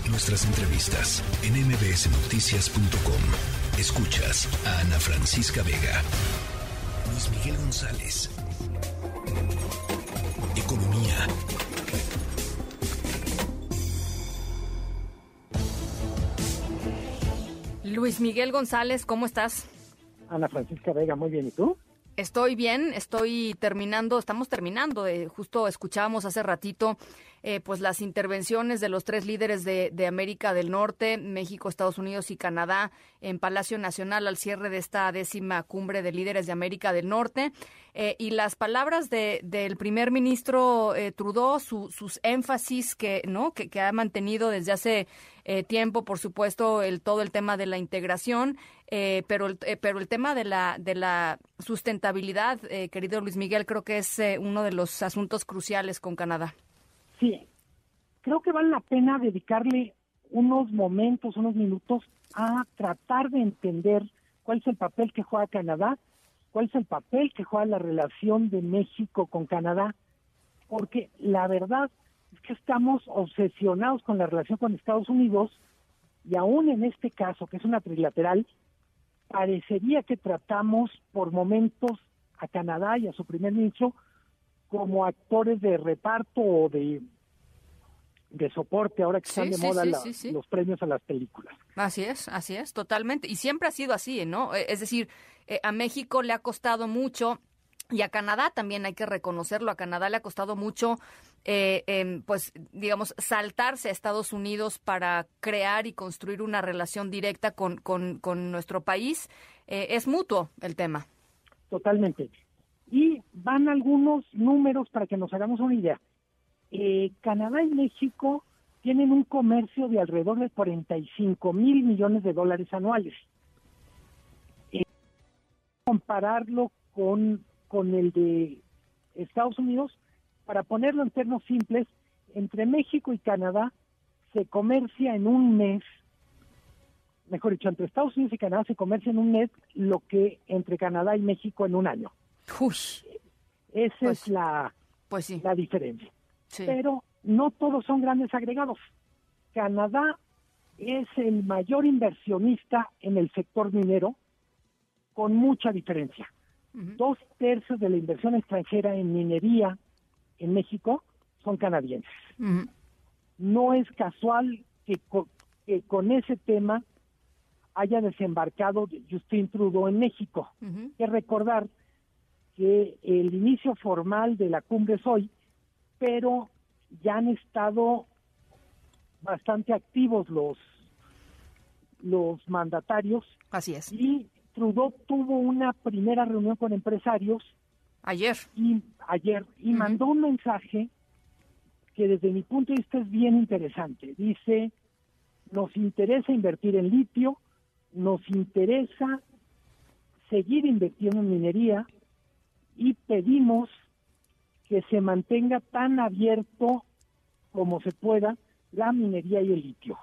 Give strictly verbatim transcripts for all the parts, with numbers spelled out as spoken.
Nuestras entrevistas en eme be ese noticias punto com. Escuchas a Ana Francisca Vega. Luis Miguel González. Economía. Luis Miguel González, ¿cómo estás? Ana Francisca Vega, muy bien, ¿y tú? Estoy bien, estoy terminando, estamos terminando, eh, justo escuchábamos hace ratito eh, pues las intervenciones de los tres líderes de, de América del Norte, México, Estados Unidos y Canadá, en Palacio Nacional al cierre de esta décima cumbre de líderes de América del Norte, eh, y las palabras de del primer ministro eh, Trudeau, su, sus énfasis que no que, que ha mantenido desde hace eh, tiempo, por supuesto, el todo el tema de la integración, eh, pero el, eh, pero el tema de la de la sustentabilidad, eh, querido Luis Miguel, creo que es eh, uno de los asuntos cruciales con Canadá. Sí, creo que vale la pena dedicarle unos momentos, unos minutos a tratar de entender cuál es el papel que juega Canadá, cuál es el papel que juega la relación de México con Canadá, porque la verdad es que estamos obsesionados con la relación con Estados Unidos y aún en este caso, que es una trilateral, parecería que tratamos por momentos a Canadá y a su primer ministro como actores de reparto o de, de soporte, ahora que Sí, están de sí, moda sí, la, sí, sí. los premios a las películas. Así es, así es, totalmente. Y siempre ha sido así, ¿no? Eh, Es decir, eh, a México le ha costado mucho, y a Canadá también hay que reconocerlo, a Canadá le ha costado mucho, eh, eh, pues, digamos, saltarse a Estados Unidos para crear y construir una relación directa con, con, con nuestro país. Eh, es mutuo el tema. Totalmente. Y van algunos números para que nos hagamos una idea. Eh, Canadá y México tienen un comercio de alrededor de cuarenta y cinco mil millones de dólares anuales. Eh, compararlo con, con el de Estados Unidos, para ponerlo en términos simples, entre México y Canadá se comercia en un mes, mejor dicho, entre Estados Unidos y Canadá se comercia en un mes lo que entre Canadá y México en un año. Uy, Esa Pues- es la, pues sí, la diferencia. sí. Pero no todos son grandes agregados. Canadá es el mayor inversionista en el sector minero, con mucha diferencia. Ujú. Dos tercios de la inversión extranjera en minería en México son canadienses. Ujú. No es casual que, co- que con ese tema haya desembarcado Justin Trudeau en México. Ujú. Hay que recordar que el inicio formal de la cumbre es hoy, pero ya han estado bastante activos los, los mandatarios, Así es. y Trudeau tuvo una primera reunión con empresarios Ayer. y ayer y Ujú. mandó un mensaje que desde mi punto de vista es bien interesante. Dice: nos interesa invertir en litio, nos interesa seguir invirtiendo en minería y pedimos que se mantenga tan abierto como se pueda la minería y el litio.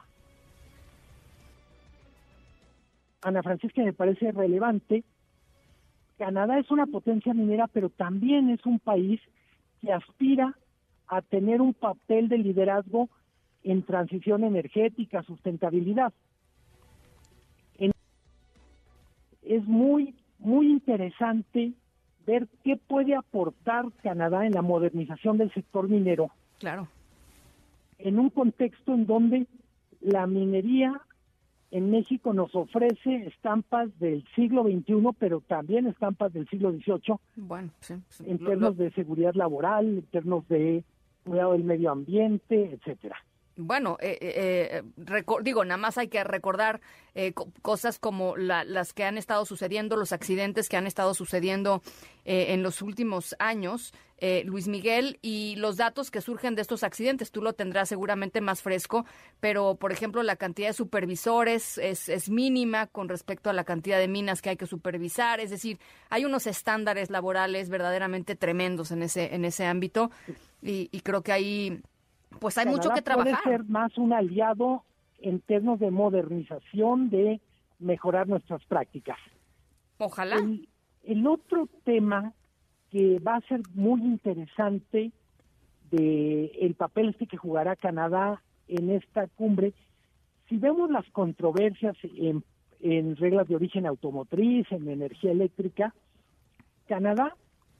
Ana Francisca, me parece relevante. Canadá es una potencia minera, pero también es un país que aspira a tener un papel de liderazgo en transición energética, sustentabilidad. En- es muy, muy interesante ver qué puede aportar Canadá en la modernización del sector minero, Claro. en un contexto en donde la minería en México nos ofrece estampas del siglo veintiuno, pero también estampas del siglo dieciocho, Bueno, sí. sí. en Lo- términos lo- de seguridad laboral, en términos de cuidado del medio ambiente, etcétera. Bueno, eh, eh, eh, reco- digo, nada más hay que recordar eh, co- cosas como la- las que han estado sucediendo, los accidentes que han estado sucediendo eh, en los últimos años, eh, Luis Miguel, y los datos que surgen de estos accidentes. Tú lo tendrás seguramente más fresco, pero, por ejemplo, la cantidad de supervisores es, es mínima con respecto a la cantidad de minas que hay que supervisar. Es decir, hay unos estándares laborales verdaderamente tremendos en ese, en ese ámbito, y, y creo que ahí... Pues hay mucho Canadá que trabajar. puede ser más un aliado en términos de modernización, de mejorar nuestras prácticas. Ojalá. El, el otro tema que va a ser muy interesante de el papel este que jugará Canadá en esta cumbre si vemos las controversias en, en reglas de origen automotriz, en energía eléctrica, Canadá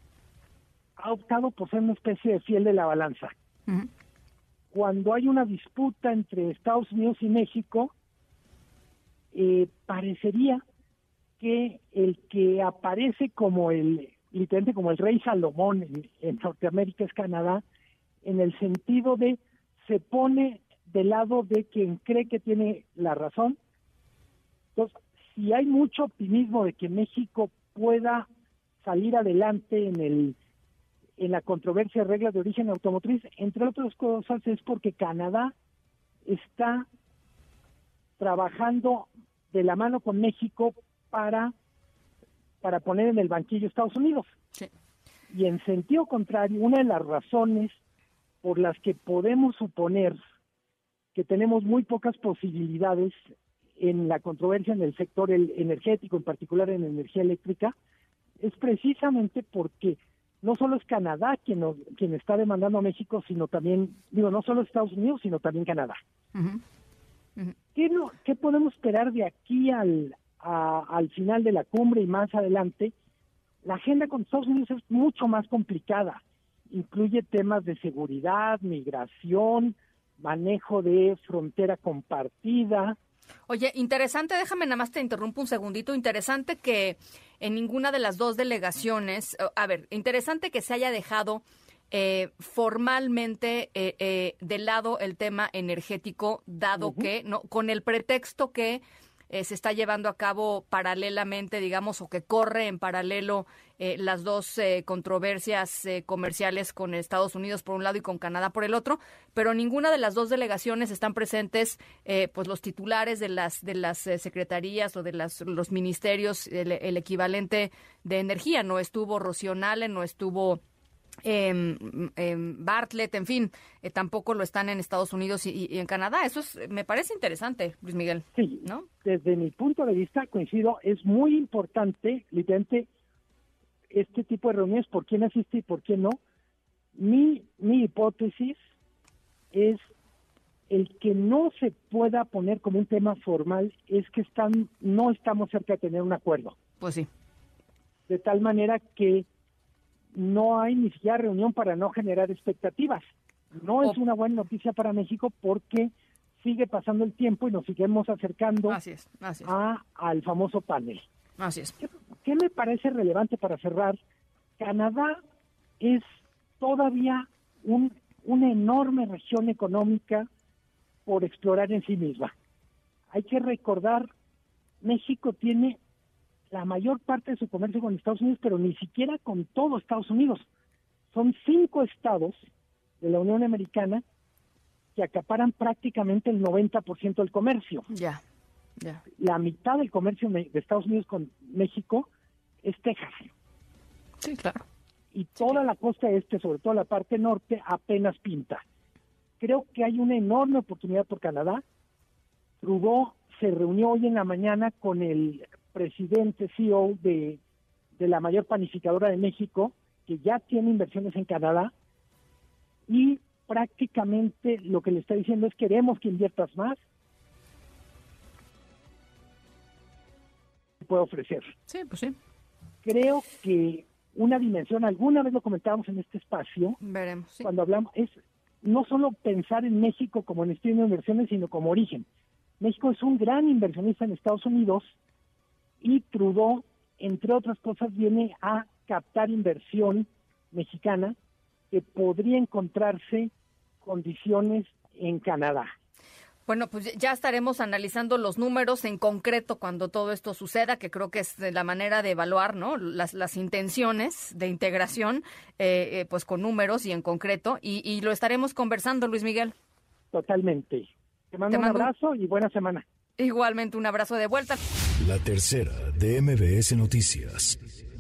ha optado por ser una especie de fiel de la balanza. Uh-huh. Cuando hay una disputa entre Estados Unidos y México, eh, parecería que el que aparece como el, literalmente como el rey Salomón en, en Norteamérica es Canadá, en el sentido de se pone del lado de quien cree que tiene la razón. Entonces, si hay mucho optimismo de que México pueda salir adelante en el en la controversia de reglas de origen automotriz, entre otras cosas es porque Canadá está trabajando de la mano con México para, para poner en el banquillo a Estados Unidos. Sí. Y en sentido contrario, una de las razones por las que podemos suponer que tenemos muy pocas posibilidades en la controversia en el sector el energético, en particular en energía eléctrica, es precisamente porque no solo es Canadá quien, nos, quien está demandando a México, sino también, digo, no solo Estados Unidos, sino también Canadá. Uh-huh. Uh-huh. ¿Qué, no, ¿Qué podemos esperar de aquí al, a, al final de la cumbre y más adelante? La agenda con Estados Unidos es mucho más complicada. Incluye temas de seguridad, migración, manejo de frontera compartida. Oye, interesante, déjame nada más te interrumpo un segundito, interesante que en ninguna de las dos delegaciones, a ver, interesante que se haya dejado eh, formalmente eh, eh, de lado el tema energético, dado uh-huh. que, no, con el pretexto que eh, se está llevando a cabo paralelamente, digamos, o que corre en paralelo eh, las dos eh, controversias eh, comerciales con Estados Unidos por un lado y con Canadá por el otro, pero ninguna de las dos delegaciones están presentes, eh, pues los titulares de las de las eh, secretarías o de las los ministerios, el, el equivalente de energía. No estuvo Rocío Nale, no estuvo Eh, eh, Bartlett, en fin, eh, tampoco lo están en Estados Unidos y, y en Canadá. Eso es, me parece interesante, Luis Miguel. Sí, ¿no? Desde mi punto de vista, coincido, es muy importante, literalmente, este tipo de reuniones, por quién asiste y por quién no. Mi, mi hipótesis es el que no se pueda poner como un tema formal, es que están no estamos cerca de tener un acuerdo. Pues sí. De tal manera que no hay ni siquiera reunión para no generar expectativas. No es una buena noticia para México porque sigue pasando el tiempo y nos seguimos acercando así es, así es. A, al famoso panel. Así es. ¿Qué, ¿Qué me parece relevante para cerrar? Canadá es todavía un, una enorme región económica por explorar en sí misma. Hay que recordar, México tiene la mayor parte de su comercio con Estados Unidos, pero ni siquiera con todo Estados Unidos. Son cinco estados de la Unión Americana que acaparan prácticamente el noventa por ciento del comercio. Ya, ya. La mitad del comercio de Estados Unidos con México es Texas. Sí, claro. Y toda sí. la costa este, sobre todo la parte norte, apenas pinta. Creo que hay una enorme oportunidad por Canadá. Trudeau se reunió hoy en la mañana con el presidente C E O de, de la mayor panificadora de México, que ya tiene inversiones en Canadá, y prácticamente lo que le está diciendo es queremos que inviertas más. Puedo ofrecer. Sí, pues sí. Creo que una dimensión, alguna vez lo comentábamos en este espacio, veremos, sí. Cuando hablamos, es no solo pensar en México como en destino de inversiones, sino como origen. México es un gran inversionista en Estados Unidos, y Trudeau, entre otras cosas, viene a captar inversión mexicana que podría encontrarse condiciones en Canadá. Bueno, pues ya estaremos analizando los números en concreto cuando todo esto suceda, que creo que es la manera de evaluar, ¿no? Las, las intenciones de integración, eh, eh, pues con números y en concreto, y, y lo estaremos conversando, Luis Miguel. Totalmente. Te mando, Te mando un abrazo y buena semana. Igualmente, un abrazo de vuelta. La tercera de M B S Noticias.